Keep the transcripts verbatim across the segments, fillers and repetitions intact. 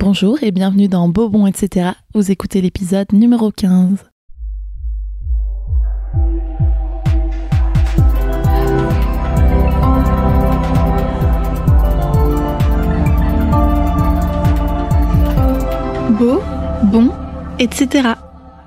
Bonjour et bienvenue dans Beau, Bon, et cetera. Vous écoutez l'épisode numéro quinze. Beau, bon, et cetera.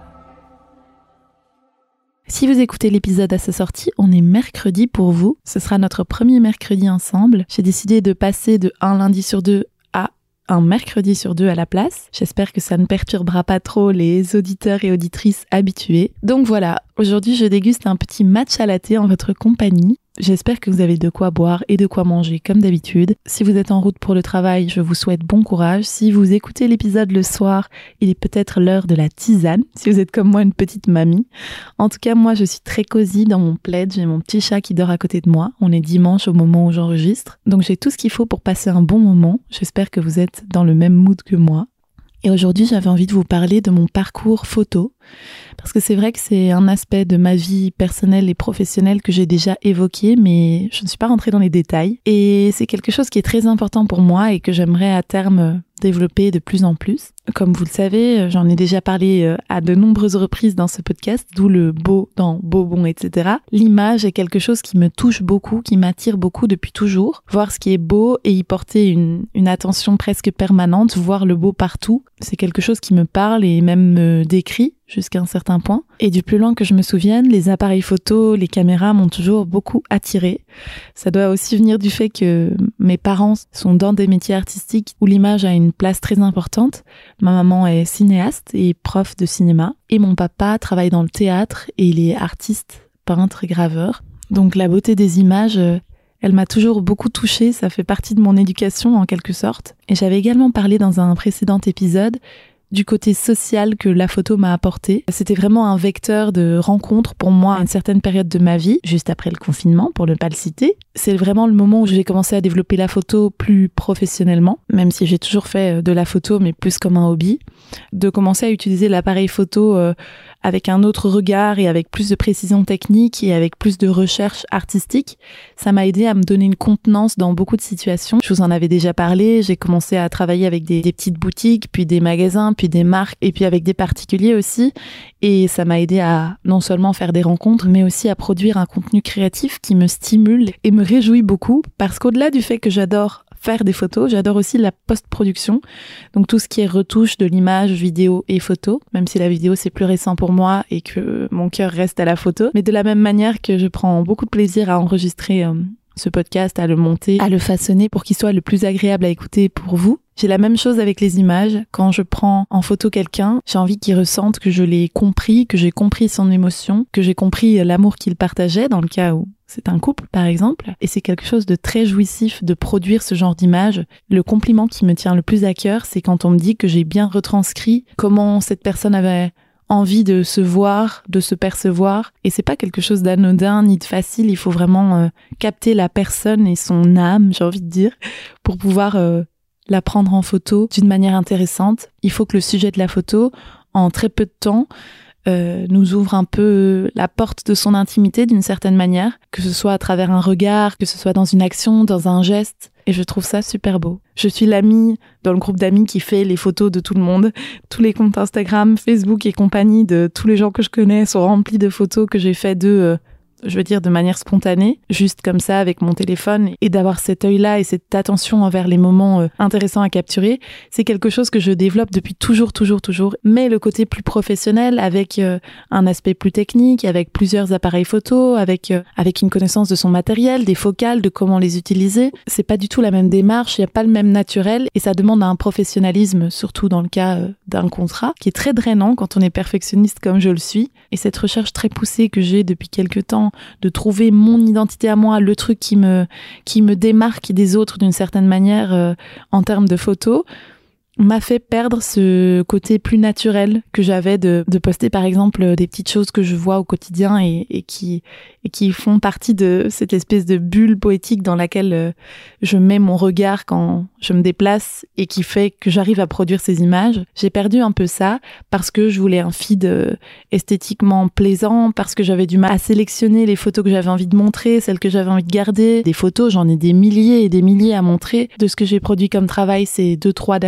Si vous écoutez l'épisode à sa sortie, on est mercredi pour vous. Ce sera notre premier mercredi ensemble. J'ai décidé de passer de un lundi sur deux à un mercredi sur deux à la place. J'espère que ça ne perturbera pas trop les auditeurs et auditrices habitués. Donc voilà, aujourd'hui je déguste un petit matcha latte en votre compagnie. J'espère que vous avez de quoi boire et de quoi manger comme d'habitude. Si vous êtes en route pour le travail, je vous souhaite bon courage. Si vous écoutez l'épisode le soir, il est peut-être l'heure de la tisane, si vous êtes comme moi une petite mamie. En tout cas, moi je suis très cosy dans mon plaid, j'ai mon petit chat qui dort à côté de moi. On est dimanche au moment où j'enregistre, donc j'ai tout ce qu'il faut pour passer un bon moment. J'espère que vous êtes dans le même mood que moi. Et aujourd'hui, j'avais envie de vous parler de mon parcours photo, parce que c'est vrai que c'est un aspect de ma vie personnelle et professionnelle que j'ai déjà évoqué, mais je ne suis pas rentrée dans les détails. Et c'est quelque chose qui est très important pour moi et que j'aimerais à terme développer de plus en plus. Comme vous le savez, j'en ai déjà parlé à de nombreuses reprises dans ce podcast, d'où le beau dans Beau, Bon, et cetera. L'image est quelque chose qui me touche beaucoup, qui m'attire beaucoup depuis toujours. Voir ce qui est beau et y porter une, une attention presque permanente, voir le beau partout, c'est quelque chose qui me parle et même me décrit jusqu'à un certain point. Et du plus loin que je me souvienne, les appareils photo, les caméras m'ont toujours beaucoup attirée. Ça doit aussi venir du fait que mes parents sont dans des métiers artistiques où l'image a une place très importante. Ma maman est cinéaste et prof de cinéma. Et mon papa travaille dans le théâtre et il est artiste, peintre, graveur. Donc la beauté des images, elle m'a toujours beaucoup touchée. Ça fait partie de mon éducation en quelque sorte. Et j'avais également parlé dans un précédent épisode du côté social que la photo m'a apporté. C'était vraiment un vecteur de rencontre pour moi à une certaine période de ma vie, juste après le confinement, pour ne pas le citer. C'est vraiment le moment où j'ai commencé à développer la photo plus professionnellement, même si j'ai toujours fait de la photo, mais plus comme un hobby. De commencer à utiliser l'appareil photo euh, avec un autre regard et avec plus de précision technique et avec plus de recherche artistique, ça m'a aidé à me donner une contenance dans beaucoup de situations. Je vous en avais déjà parlé, j'ai commencé à travailler avec des, des petites boutiques, puis des magasins, puis des marques, et puis avec des particuliers aussi. Et ça m'a aidé à non seulement faire des rencontres, mais aussi à produire un contenu créatif qui me stimule et me réjouit beaucoup, parce qu'au-delà du fait que j'adore faire des photos, j'adore aussi la post-production, donc tout ce qui est retouche de l'image, vidéo et photo, même si la vidéo c'est plus récent pour moi et que mon cœur reste à la photo, mais de la même manière que je prends beaucoup de plaisir à enregistrer euh, ce podcast, à le monter, à le façonner pour qu'il soit le plus agréable à écouter pour vous. J'ai la même chose avec les images. Quand je prends en photo quelqu'un, j'ai envie qu'il ressente que je l'ai compris, que j'ai compris son émotion, que j'ai compris l'amour qu'il partageait, dans le cas où c'est un couple, par exemple. Et c'est quelque chose de très jouissif de produire ce genre d'image. Le compliment qui me tient le plus à cœur, c'est quand on me dit que j'ai bien retranscrit comment cette personne avait envie de se voir, de se percevoir. Et c'est pas quelque chose d'anodin ni de facile. Il faut vraiment euh, capter la personne et son âme, j'ai envie de dire, pour pouvoir euh, la prendre en photo d'une manière intéressante. Il faut que le sujet de la photo, en très peu de temps, Euh, nous ouvre un peu la porte de son intimité d'une certaine manière, que ce soit à travers un regard, que ce soit dans une action, dans un geste, et je trouve ça super beau. Je suis l'amie dans le groupe d'amis qui fait les photos de tout le monde. Tous les comptes Instagram, Facebook et compagnie de tous les gens que je connais sont remplis de photos que j'ai fait d'eux, euh, je veux dire de manière spontanée, juste comme ça avec mon téléphone, et d'avoir cet œil-là et cette attention envers les moments euh, intéressants à capturer, c'est quelque chose que je développe depuis toujours, toujours, toujours. Mais le côté plus professionnel, avec euh, un aspect plus technique, avec plusieurs appareils photo, avec euh, avec une connaissance de son matériel, des focales, de comment les utiliser, c'est pas du tout la même démarche, il y a pas le même naturel, et ça demande un professionnalisme, surtout dans le cas euh, d'un contrat, qui est très drainant quand on est perfectionniste comme je le suis. Et cette recherche très poussée que j'ai depuis quelques temps de trouver mon identité à moi, le truc qui me, qui me démarque des autres d'une certaine manière euh, en termes de photos, m'a fait perdre ce côté plus naturel que j'avais de, de poster par exemple des petites choses que je vois au quotidien et, et, qui, et qui font partie de cette espèce de bulle poétique dans laquelle euh, je mets mon regard quand je me déplace et qui fait que j'arrive à produire ces images. J'ai perdu un peu ça parce que je voulais un feed euh, esthétiquement plaisant, parce que j'avais du mal à sélectionner les photos que j'avais envie de montrer, celles que j'avais envie de garder. Des photos, j'en ai des milliers et des milliers à montrer. De ce que j'ai produit comme travail ces deux, trois dernières années,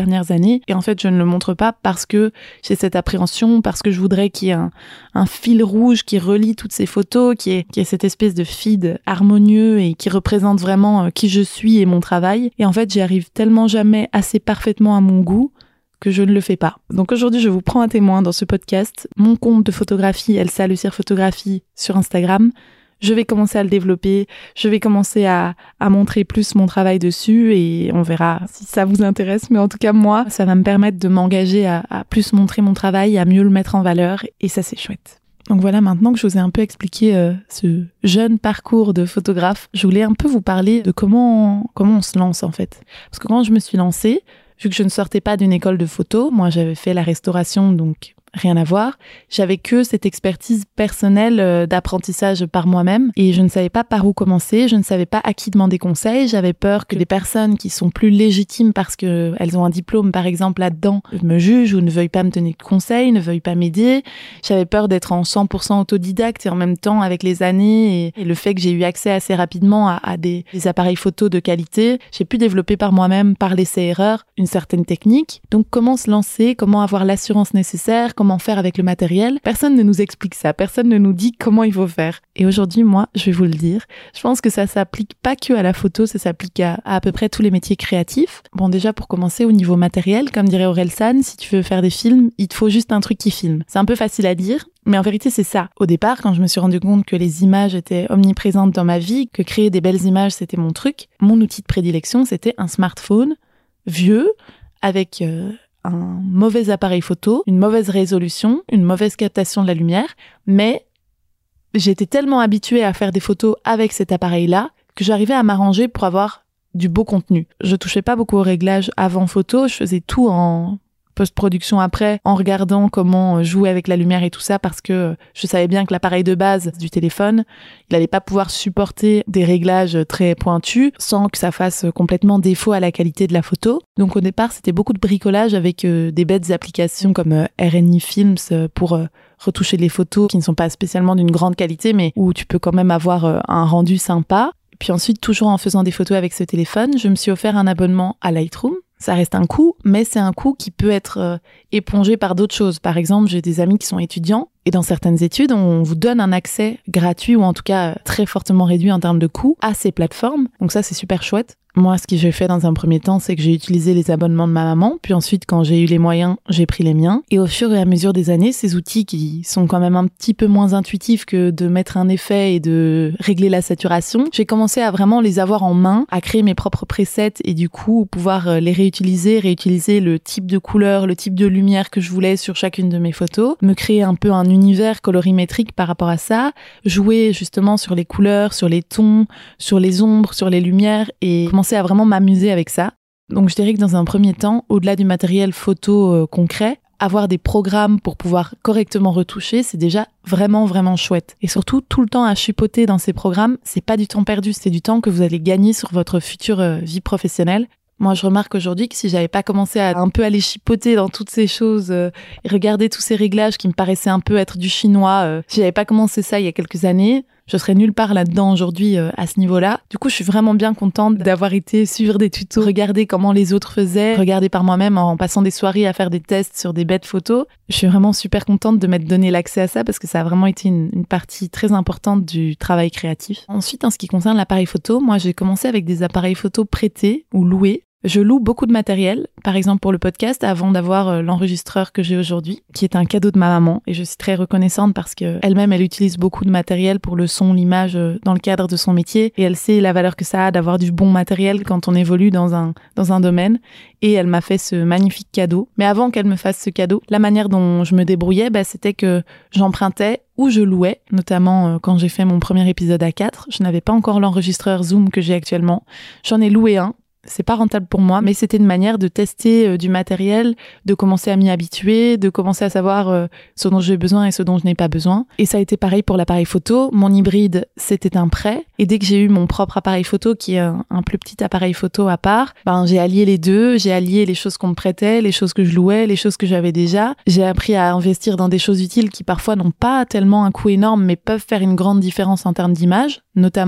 années. Et en fait, je ne le montre pas parce que j'ai cette appréhension, parce que je voudrais qu'il y ait un, un fil rouge qui relie toutes ces photos, qui est, qui est cette espèce de feed harmonieux et qui représente vraiment qui je suis et mon travail. Et en fait, j'y arrive tellement jamais assez parfaitement à mon goût que je ne le fais pas. Donc aujourd'hui, je vous prends un témoin dans ce podcast. Mon compte de photographie, Elsa Le Cire Photographie sur Instagram. Je vais commencer à le développer, je vais commencer à, à montrer plus mon travail dessus et on verra si ça vous intéresse. Mais en tout cas, moi, ça va me permettre de m'engager à, à plus montrer mon travail, à mieux le mettre en valeur et ça, c'est chouette. Donc voilà, maintenant que je vous ai un peu expliqué euh, ce jeune parcours de photographe, je voulais un peu vous parler de comment, comment on se lance en fait. Parce que quand je me suis lancée, vu que je ne sortais pas d'une école de photo, moi j'avais fait la restauration, donc rien à voir. J'avais que cette expertise personnelle euh, d'apprentissage par moi-même et je ne savais pas par où commencer, je ne savais pas à qui demander conseil. J'avais peur que les personnes qui sont plus légitimes parce qu'elles ont un diplôme par exemple là-dedans me jugent ou ne veuillent pas me donner de conseils, ne veuillent pas m'aider. J'avais peur d'être en cent pour cent autodidacte et en même temps avec les années et, et le fait que j'ai eu accès assez rapidement à, à des, des appareils photo de qualité, j'ai pu développer par moi-même, par l'essai-erreur, une certaine technique. Donc comment se lancer, comment avoir l'assurance nécessaire, comment faire avec le matériel. Personne ne nous explique ça, personne ne nous dit comment il faut faire. Et aujourd'hui, moi, je vais vous le dire, je pense que ça s'applique pas que à la photo, ça s'applique à, à à peu près tous les métiers créatifs. Bon, déjà, pour commencer, au niveau matériel, comme dirait Orelsan, si tu veux faire des films, il te faut juste un truc qui filme. C'est un peu facile à dire, mais en vérité, c'est ça. Au départ, quand je me suis rendu compte que les images étaient omniprésentes dans ma vie, que créer des belles images, c'était mon truc, mon outil de prédilection, c'était un smartphone vieux, avec euh, un mauvais appareil photo, une mauvaise résolution, une mauvaise captation de la lumière, mais j'étais tellement habituée à faire des photos avec cet appareil-là que j'arrivais à m'arranger pour avoir du beau contenu. Je touchais pas beaucoup aux réglages avant photo, je faisais tout en post-production après, en regardant comment jouer avec la lumière et tout ça, parce que je savais bien que l'appareil de base du téléphone, il allait pas pouvoir supporter des réglages très pointus sans que ça fasse complètement défaut à la qualité de la photo. Donc au départ, c'était beaucoup de bricolage avec euh, des bêtes applications comme euh, R N I Films euh, pour euh, retoucher les photos qui ne sont pas spécialement d'une grande qualité, mais où tu peux quand même avoir euh, un rendu sympa. Puis ensuite, toujours en faisant des photos avec ce téléphone, je me suis offert un abonnement à Lightroom. Ça reste un coût, mais c'est un coût qui peut être euh, épongé par d'autres choses. Par exemple, j'ai des amis qui sont étudiants et dans certaines études, on vous donne un accès gratuit ou en tout cas très fortement réduit en termes de coût à ces plateformes. Donc ça, c'est super chouette. Moi, ce que j'ai fait dans un premier temps, c'est que j'ai utilisé les abonnements de ma maman. Puis ensuite, quand j'ai eu les moyens, j'ai pris les miens. Et au fur et à mesure des années, ces outils qui sont quand même un petit peu moins intuitifs que de mettre un effet et de régler la saturation, j'ai commencé à vraiment les avoir en main, à créer mes propres presets et du coup, pouvoir les réutiliser, réutiliser le type de couleur, le type de lumière que je voulais sur chacune de mes photos, me créer un peu un univers colorimétrique par rapport à ça, jouer justement sur les couleurs, sur les tons, sur les ombres, sur les lumières et commencer à vraiment m'amuser avec ça. Donc je dirais que dans un premier temps, au-delà du matériel photo euh, concret, avoir des programmes pour pouvoir correctement retoucher, c'est déjà vraiment vraiment chouette. Et surtout, tout le temps à chipoter dans ces programmes, c'est pas du temps perdu, c'est du temps que vous allez gagner sur votre future euh, vie professionnelle. Moi, je remarque aujourd'hui que si j'avais pas commencé à un peu aller chipoter dans toutes ces choses euh, et regarder tous ces réglages qui me paraissaient un peu être du chinois, euh, si j'avais pas commencé ça il y a quelques années, je serais nulle part là-dedans aujourd'hui euh, à ce niveau-là. Du coup, je suis vraiment bien contente d'avoir été suivre des tutos, regarder comment les autres faisaient, regarder par moi-même en passant des soirées à faire des tests sur des bêtes photos. Je suis vraiment super contente de m'être donné l'accès à ça parce que ça a vraiment été une, une partie très importante du travail créatif. Ensuite, en ce qui concerne l'appareil photo, moi, j'ai commencé avec des appareils photo prêtés ou loués. Je loue beaucoup de matériel, par exemple pour le podcast, avant d'avoir l'enregistreur que j'ai aujourd'hui, qui est un cadeau de ma maman. Et je suis très reconnaissante parce que elle-même, elle utilise beaucoup de matériel pour le son, l'image dans le cadre de son métier. Et elle sait la valeur que ça a d'avoir du bon matériel quand on évolue dans un, dans un domaine. Et elle m'a fait ce magnifique cadeau. Mais avant qu'elle me fasse ce cadeau, la manière dont je me débrouillais, bah, c'était que j'empruntais ou je louais, notamment quand j'ai fait mon premier épisode à quatre. Je n'avais pas encore l'enregistreur Zoom que j'ai actuellement. J'en ai loué un. C'est pas rentable pour moi, mais c'était une manière de tester euh, du matériel, de commencer à m'y habituer, de commencer à savoir euh, ce dont j'ai besoin et ce dont je n'ai pas besoin. Et ça a été pareil pour l'appareil photo. Mon hybride, c'était un prêt. Et dès que j'ai eu mon propre appareil photo, qui est un, un plus petit appareil photo à part, ben, j'ai allié les deux. J'ai allié les choses qu'on me prêtait, les choses que je louais, les choses que j'avais déjà. J'ai appris à investir dans des choses utiles qui parfois n'ont pas tellement un coût énorme, mais peuvent faire une grande différence en termes d'image, notamment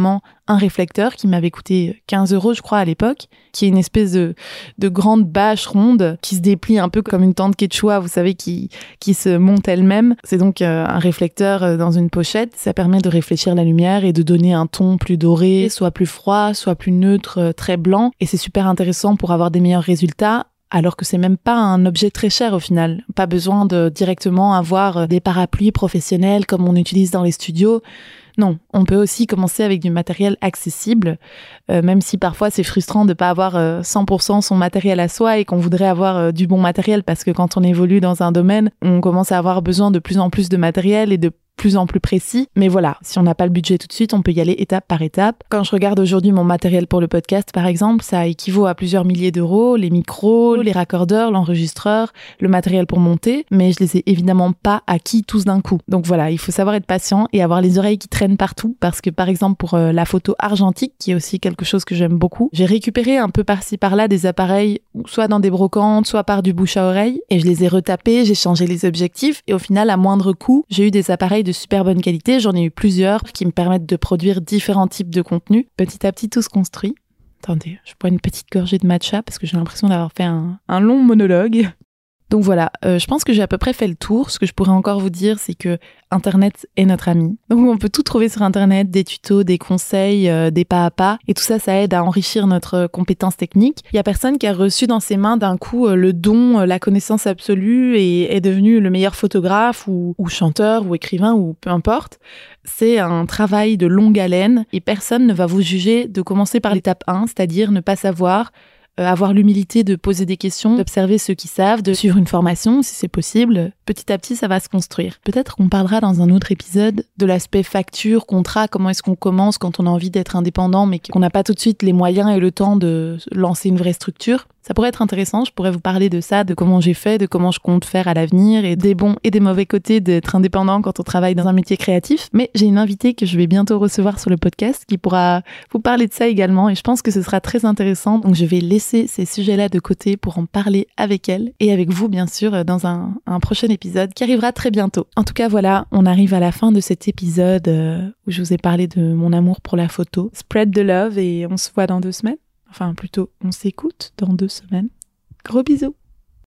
un réflecteur qui m'avait coûté quinze euros, je crois, à l'époque, qui est une espèce de, de grande bâche ronde qui se déplie un peu comme une tente quechua, vous savez, qui, qui se monte elle-même. C'est donc euh, un réflecteur dans une pochette. Ça permet de réfléchir la lumière et de donner un ton plus doré, soit plus froid, soit plus neutre, très blanc. Et c'est super intéressant pour avoir des meilleurs résultats. Alors que c'est même pas un objet très cher au final. Pas besoin de directement avoir des parapluies professionnels comme on utilise dans les studios. Non, on peut aussi commencer avec du matériel accessible, euh, même si parfois c'est frustrant de pas avoir euh, cent pour cent son matériel à soi et qu'on voudrait avoir euh, du bon matériel parce que quand on évolue dans un domaine, on commence à avoir besoin de plus en plus de matériel et de plus en plus précis. Mais voilà, si on n'a pas le budget tout de suite, on peut y aller étape par étape. Quand je regarde aujourd'hui mon matériel pour le podcast, par exemple, ça équivaut à plusieurs milliers d'euros, les micros, les raccordeurs, l'enregistreur, le matériel pour monter, mais je les ai évidemment pas acquis tous d'un coup. Donc voilà, il faut savoir être patient et avoir les oreilles qui traînent partout parce que par exemple pour euh, la photo argentique, qui est aussi quelque chose que j'aime beaucoup, j'ai récupéré un peu par-ci par-là des appareils, soit dans des brocantes, soit par du bouche à oreille, et je les ai retapés, j'ai changé les objectifs et au final, à moindre coût, j'ai eu des appareils de super bonne qualité. J'en ai eu plusieurs qui me permettent de produire différents types de contenus. Petit à petit, tout se construit. Attendez, je bois une petite gorgée de matcha parce que j'ai l'impression d'avoir fait un, un long monologue. Donc voilà, euh, je pense que j'ai à peu près fait le tour. Ce que je pourrais encore vous dire, c'est que Internet est notre ami. Donc on peut tout trouver sur Internet, des tutos, des conseils, euh, des pas à pas. Et tout ça, ça aide à enrichir notre compétence technique. Il y a personne qui a reçu dans ses mains d'un coup euh, le don, euh, la connaissance absolue et est devenu le meilleur photographe ou, ou chanteur ou écrivain ou peu importe. C'est un travail de longue haleine et personne ne va vous juger de commencer par l'étape un, c'est-à-dire ne pas savoir, Euh, avoir l'humilité de poser des questions, d'observer ceux qui savent, de suivre une formation si c'est possible. Petit à petit, ça va se construire. Peut-être qu'on parlera dans un autre épisode de l'aspect facture, contrat, comment est-ce qu'on commence quand on a envie d'être indépendant mais qu'on n'a pas tout de suite les moyens et le temps de lancer une vraie structure. Ça pourrait être intéressant, je pourrais vous parler de ça, de comment j'ai fait, de comment je compte faire à l'avenir et des bons et des mauvais côtés d'être indépendant quand on travaille dans un métier créatif. Mais j'ai une invitée que je vais bientôt recevoir sur le podcast qui pourra vous parler de ça également et je pense que ce sera très intéressant. Donc je vais laisser ces sujets-là de côté pour en parler avec elle et avec vous bien sûr dans un, un prochain épisode qui arrivera très bientôt. En tout cas voilà, on arrive à la fin de cet épisode euh, où je vous ai parlé de mon amour pour la photo. Spread the love et on se voit dans deux semaines. Enfin, plutôt, on s'écoute dans deux semaines. Gros bisous!